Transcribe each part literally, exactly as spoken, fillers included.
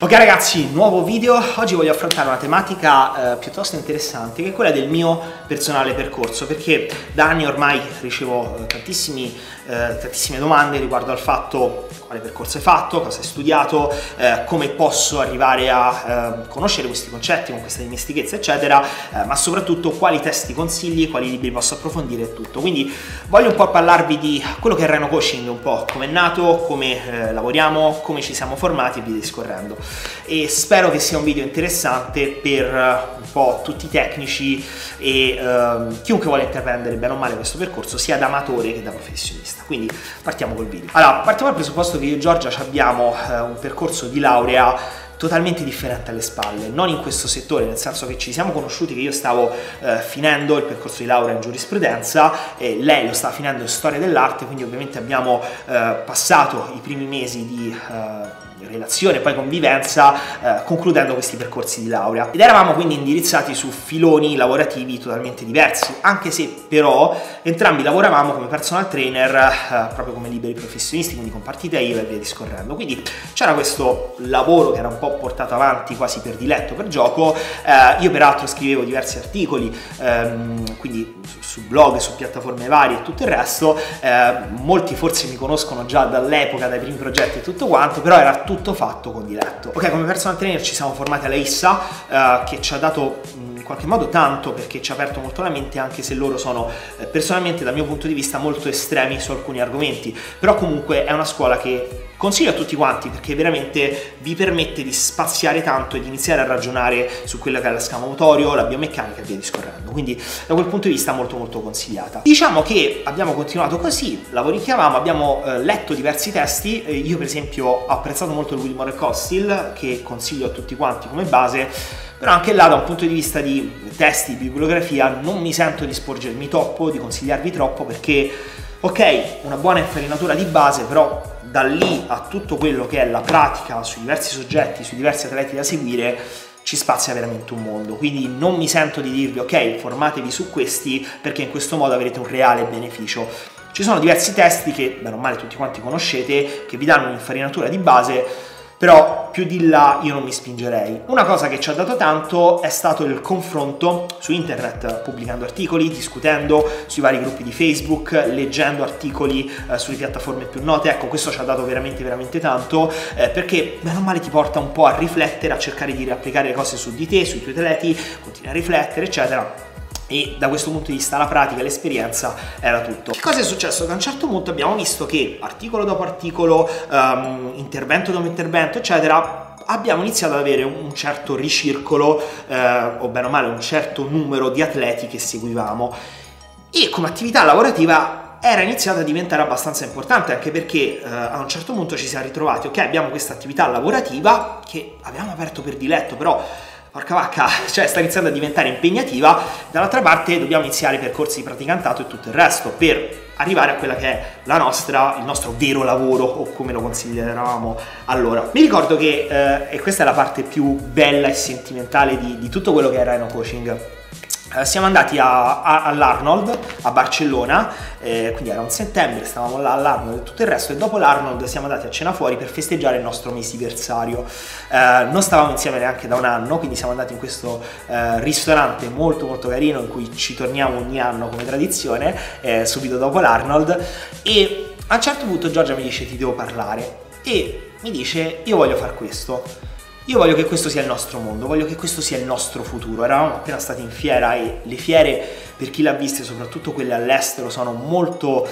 Ok ragazzi, nuovo video. Oggi voglio affrontare una tematica eh, piuttosto interessante, che è quella del mio personale percorso, perché da anni ormai ricevo eh, tantissimi, eh, tantissime domande riguardo al fatto quale percorso hai fatto, cosa hai studiato, eh, come posso arrivare a eh, conoscere questi concetti con questa dimestichezza eccetera, eh, ma soprattutto quali testi consigli, quali libri posso approfondire e tutto. Quindi voglio un po' parlarvi di quello che è il Rhino Coaching, un po' come è nato, come eh, lavoriamo, come ci siamo formati e via discorrendo. E spero che sia un video interessante per uh, un po' tutti i tecnici e uh, chiunque vuole intraprendere bene o male questo percorso, sia da amatore che da professionista. Quindi partiamo col video. Allora, partiamo dal presupposto che io e Giorgia abbiamo uh, un percorso di laurea totalmente differente alle spalle, non in questo settore, nel senso che ci siamo conosciuti che io stavo eh, finendo il percorso di laurea in giurisprudenza e lei lo stava finendo in storia dell'arte, quindi ovviamente abbiamo eh, passato i primi mesi di eh, relazione e poi convivenza eh, concludendo questi percorsi di laurea, ed eravamo quindi indirizzati su filoni lavorativi totalmente diversi, anche se però entrambi lavoravamo come personal trainer eh, proprio come liberi professionisti, quindi con partita I V A e via discorrendo. Quindi c'era questo lavoro che era un po' portato avanti quasi per diletto, per gioco. Eh, io peraltro scrivevo diversi articoli, ehm, quindi su, su blog, su piattaforme varie e tutto il resto. Eh, molti forse mi conoscono già dall'epoca, dai primi progetti e tutto quanto, però era tutto fatto con diletto. Ok, come personal trainer ci siamo formati alla ISSA, eh, che ci ha dato in qualche modo tanto, perché ci ha aperto molto la mente, anche se loro sono eh, personalmente dal mio punto di vista molto estremi su alcuni argomenti, però comunque è una scuola che consiglio a tutti quanti, perché veramente vi permette di spaziare tanto e di iniziare a ragionare su quella che è la scama motorio, la biomeccanica e via discorrendo. Quindi da quel punto di vista molto molto consigliata. Diciamo che abbiamo continuato così, lavoricchiavamo, abbiamo eh, letto diversi testi. Eh, io per esempio ho apprezzato molto il Wilmore e Costill, che consiglio a tutti quanti come base, però anche là da un punto di vista di testi, di bibliografia, non mi sento di sporgermi troppo, di consigliarvi troppo, perché ok, una buona infarinatura di base, però da lì a tutto quello che è la pratica sui diversi soggetti, sui diversi atleti da seguire, ci spazia veramente un mondo. Quindi non mi sento di dirvi ok, formatevi su questi, perché in questo modo avrete un reale beneficio. Ci sono diversi testi che bene o male tutti quanti conoscete, che vi danno un'infarinatura di base, però più di là io non mi spingerei. Una cosa che ci ha dato tanto è stato il confronto su internet, pubblicando articoli, discutendo sui vari gruppi di Facebook, leggendo articoli eh, sulle piattaforme più note. Ecco, questo ci ha dato veramente veramente tanto, eh, perché bene o male ti porta un po' a riflettere, a cercare di riapplicare le cose su di te, sui tuoi atleti, continui a riflettere eccetera. E da questo punto di vista la pratica, l'esperienza era tutto. Che cosa è successo? Che a un certo punto abbiamo visto che articolo dopo articolo, um, intervento dopo intervento eccetera, abbiamo iniziato ad avere un certo ricircolo, eh, o bene o male un certo numero di atleti che seguivamo, e come attività lavorativa era iniziata a diventare abbastanza importante, anche perché eh, a un certo punto ci siamo ritrovati, ok, abbiamo questa attività lavorativa che avevamo aperto per diletto, però porca vacca, cioè sta iniziando a diventare impegnativa. Dall'altra parte dobbiamo iniziare percorsi di praticantato e tutto il resto per arrivare a quella che è la nostra, il nostro vero lavoro, o come lo consideravamo allora. Mi ricordo che, eh, e questa è la parte più bella e sentimentale di, di tutto quello che è Rhino Coaching, eh, siamo andati a, a, all'Arnold a Barcellona, eh, quindi era un settembre, stavamo là all'Arnold e tutto il resto, e dopo l'Arnold siamo andati a cena fuori per festeggiare il nostro mesiversario. Eh, non stavamo insieme neanche da un anno, quindi siamo andati in questo eh, ristorante molto molto carino in cui ci torniamo ogni anno come tradizione, eh, subito dopo l'Arnold, e a un certo punto Giorgia mi dice ti devo parlare, e mi dice io voglio fare questo. Io voglio che questo sia il nostro mondo, voglio che questo sia il nostro futuro. Eravamo appena stati in fiera e le fiere, per chi l'ha viste, soprattutto quelle all'estero, sono molto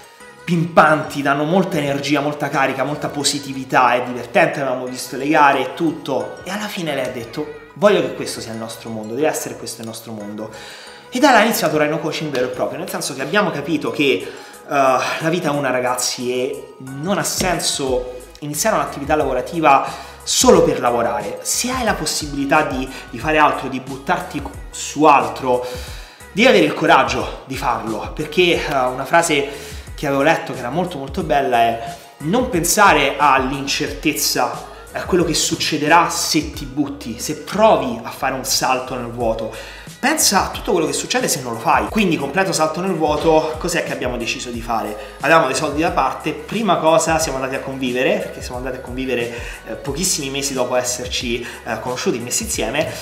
pimpanti, danno molta energia, molta carica, molta positività, è divertente, avevamo visto le gare e tutto. E alla fine lei ha detto voglio che questo sia il nostro mondo, deve essere questo il nostro mondo. E da là è iniziato Rhino Coaching vero e proprio, nel senso che abbiamo capito che uh, la vita è una, ragazzi, e non ha senso iniziare un'attività lavorativa solo per lavorare. Se hai la possibilità di, di fare altro, di buttarti su altro, devi avere il coraggio di farlo, perché uh, una frase che avevo letto che era molto molto bella è non pensare all'incertezza, a quello che succederà se ti butti, se provi a fare un salto nel vuoto. pensa a tutto quello che succede se non lo fai. Quindi completo salto nel vuoto, cos'è che abbiamo deciso di fare? Avevamo dei soldi da parte, prima cosa siamo andati a convivere, perché siamo andati a convivere eh, pochissimi mesi dopo esserci eh, conosciuti, messi insieme,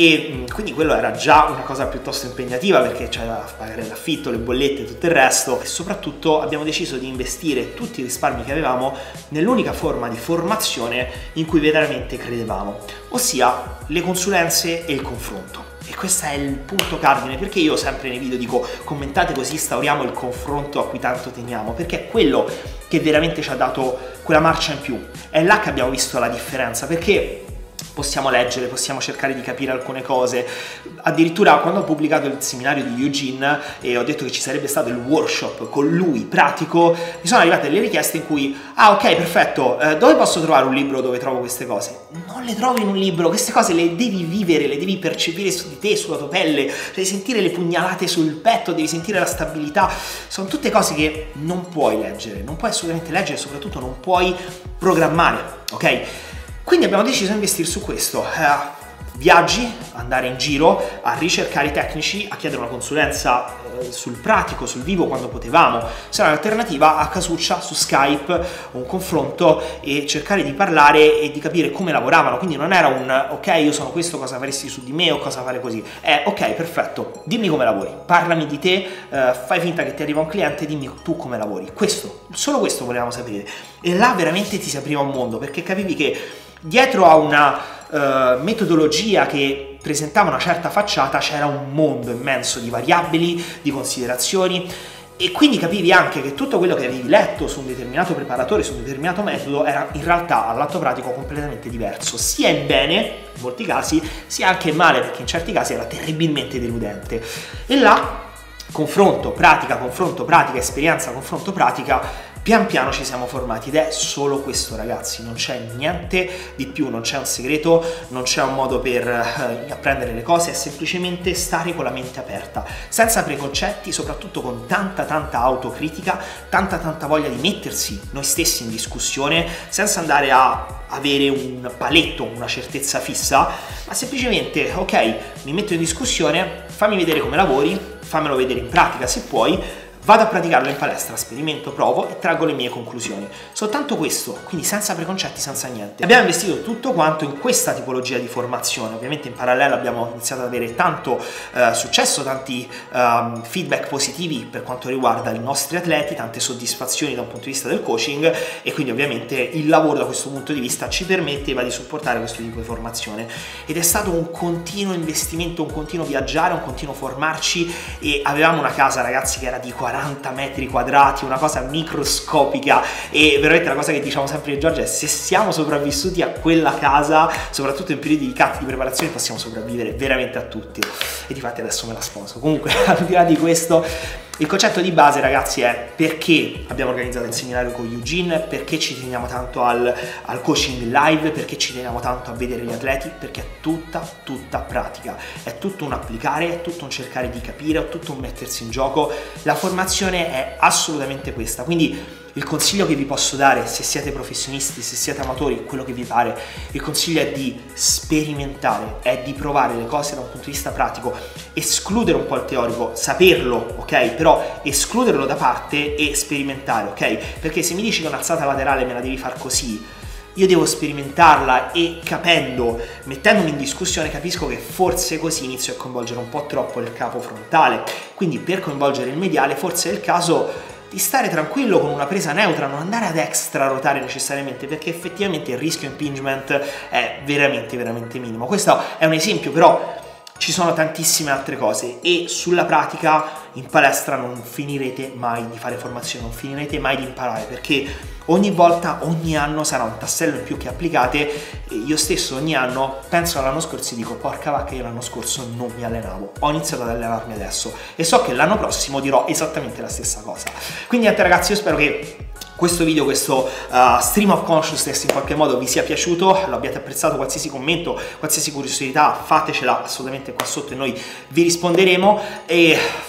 e mh, quindi quello era già una cosa piuttosto impegnativa, perché c'era da pagare l'affitto, le bollette e tutto il resto, e soprattutto abbiamo deciso di investire tutti i risparmi che avevamo nell'unica forma di formazione in cui veramente credevamo, ossia le consulenze e il confronto. E questo è il punto cardine, perché io sempre nei video dico commentate così instauriamo il confronto a cui tanto teniamo, perché è quello che veramente ci ha dato quella marcia in più. È là che abbiamo visto la differenza, perché possiamo leggere, possiamo cercare di capire alcune cose. Addirittura quando ho pubblicato il seminario di Eugene e ho detto che ci sarebbe stato il workshop con lui pratico, mi sono arrivate delle richieste in cui ah ok perfetto, eh, dove posso trovare un libro dove trovo queste cose? Non le trovi in un libro, queste cose le devi vivere, le devi percepire su di te, sulla tua pelle, devi sentire le pugnalate sul petto, devi sentire la stabilità. Sono tutte cose che non puoi leggere, non puoi assolutamente leggere, soprattutto non puoi programmare, ok? Quindi abbiamo deciso di investire su questo, eh, viaggi, andare in giro a ricercare i tecnici, a chiedere una consulenza eh, sul pratico, sul vivo quando potevamo, se no l'alternativa a casuccia su Skype, un confronto e cercare di parlare e di capire come lavoravano. Quindi non era un ok io sono questo, cosa faresti su di me o cosa fare così, è ok perfetto, dimmi come lavori, parlami di te, eh, fai finta che ti arriva un cliente, dimmi tu come lavori. Questo, solo questo volevamo sapere, e là veramente ti si apriva un mondo, perché capivi che dietro a una uh, metodologia che presentava una certa facciata c'era un mondo immenso di variabili, di considerazioni, e quindi capivi anche che tutto quello che avevi letto su un determinato preparatore, su un determinato metodo, era in realtà all'atto pratico completamente diverso, sia in bene in molti casi, sia anche in male, perché in certi casi era terribilmente deludente. E là, confronto, pratica, confronto, pratica, esperienza, confronto, pratica, pian piano ci siamo formati, ed è solo questo ragazzi, non c'è niente di più, non c'è un segreto, non c'è un modo per eh, apprendere le cose, è semplicemente stare con la mente aperta, senza preconcetti, soprattutto con tanta tanta autocritica, tanta tanta voglia di mettersi noi stessi in discussione, senza andare a avere un paletto, una certezza fissa, ma semplicemente ok, mi metto in discussione, fammi vedere come lavori, fammelo vedere in pratica se puoi, vado a praticarlo in palestra, sperimento, provo e traggo le mie conclusioni. Soltanto questo, quindi senza preconcetti, senza niente. Abbiamo investito tutto quanto in questa tipologia di formazione. Ovviamente in parallelo abbiamo iniziato ad avere tanto eh, successo, tanti um, feedback positivi per quanto riguarda i nostri atleti, tante soddisfazioni da un punto di vista del coaching, e quindi ovviamente il lavoro da questo punto di vista ci permetteva di supportare questo tipo di formazione. Ed è stato un continuo investimento, un continuo viaggiare, un continuo formarci, e avevamo una casa ragazzi che era di quaranta metri quadrati, una cosa microscopica, e veramente la cosa che diciamo sempre di Giorgio è: se siamo sopravvissuti a quella casa, soprattutto in periodi di cut di preparazione, possiamo sopravvivere veramente a tutti, e difatti adesso me la sposo. Comunque al di là di questo, il concetto di base ragazzi è perché abbiamo organizzato il seminario con Eugene, perché ci teniamo tanto al, al coaching live, perché ci teniamo tanto a vedere gli atleti, perché è tutta tutta pratica, è tutto un applicare, è tutto un cercare di capire, è tutto un mettersi in gioco. La formazione è assolutamente questa, quindi il consiglio che vi posso dare, se siete professionisti, se siete amatori, quello che vi pare, il consiglio è di sperimentare, è di provare le cose da un punto di vista pratico, escludere un po' il teorico, saperlo, ok? Però escluderlo da parte e sperimentare, ok? Perché se mi dici che un'alzata laterale me la devi far così, io devo sperimentarla, e capendo, mettendomi in discussione, capisco che forse così inizio a coinvolgere un po' troppo il capo frontale. Quindi per coinvolgere il mediale forse è il caso di stare tranquillo con una presa neutra, non andare ad extra rotare necessariamente, perché effettivamente il rischio impingement è veramente veramente minimo. Questo è un esempio, però ci sono tantissime altre cose, e sulla pratica in palestra non finirete mai di fare formazione, non finirete mai di imparare, perché ogni volta, ogni anno sarà un tassello in più che applicate. E io stesso ogni anno penso all'anno scorso e dico porca vacca, io l'anno scorso non mi allenavo, ho iniziato ad allenarmi adesso, e so che l'anno prossimo dirò esattamente la stessa cosa. Quindi niente ragazzi, io spero che questo video, questo uh, stream of consciousness in qualche modo vi sia piaciuto, lo abbiate apprezzato. Qualsiasi commento, qualsiasi curiosità, fatecela assolutamente qua sotto e noi vi risponderemo. E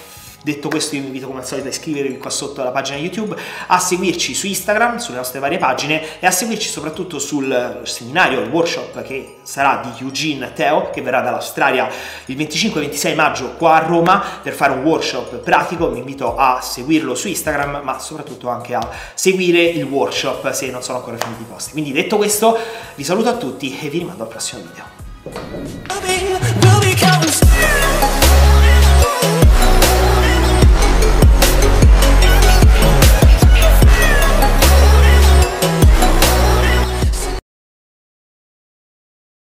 Detto questo, io vi invito come al solito a iscrivervi qua sotto alla pagina YouTube, a seguirci su Instagram, sulle nostre varie pagine, e a seguirci soprattutto sul seminario, il workshop che sarà di Eugene Teo, che verrà dall'Australia il venticinque e ventisei maggio qua a Roma per fare un workshop pratico. Vi invito a seguirlo su Instagram, ma soprattutto anche a seguire il workshop se non sono ancora finiti i posti. Quindi detto questo, vi saluto a tutti e vi rimando al prossimo video.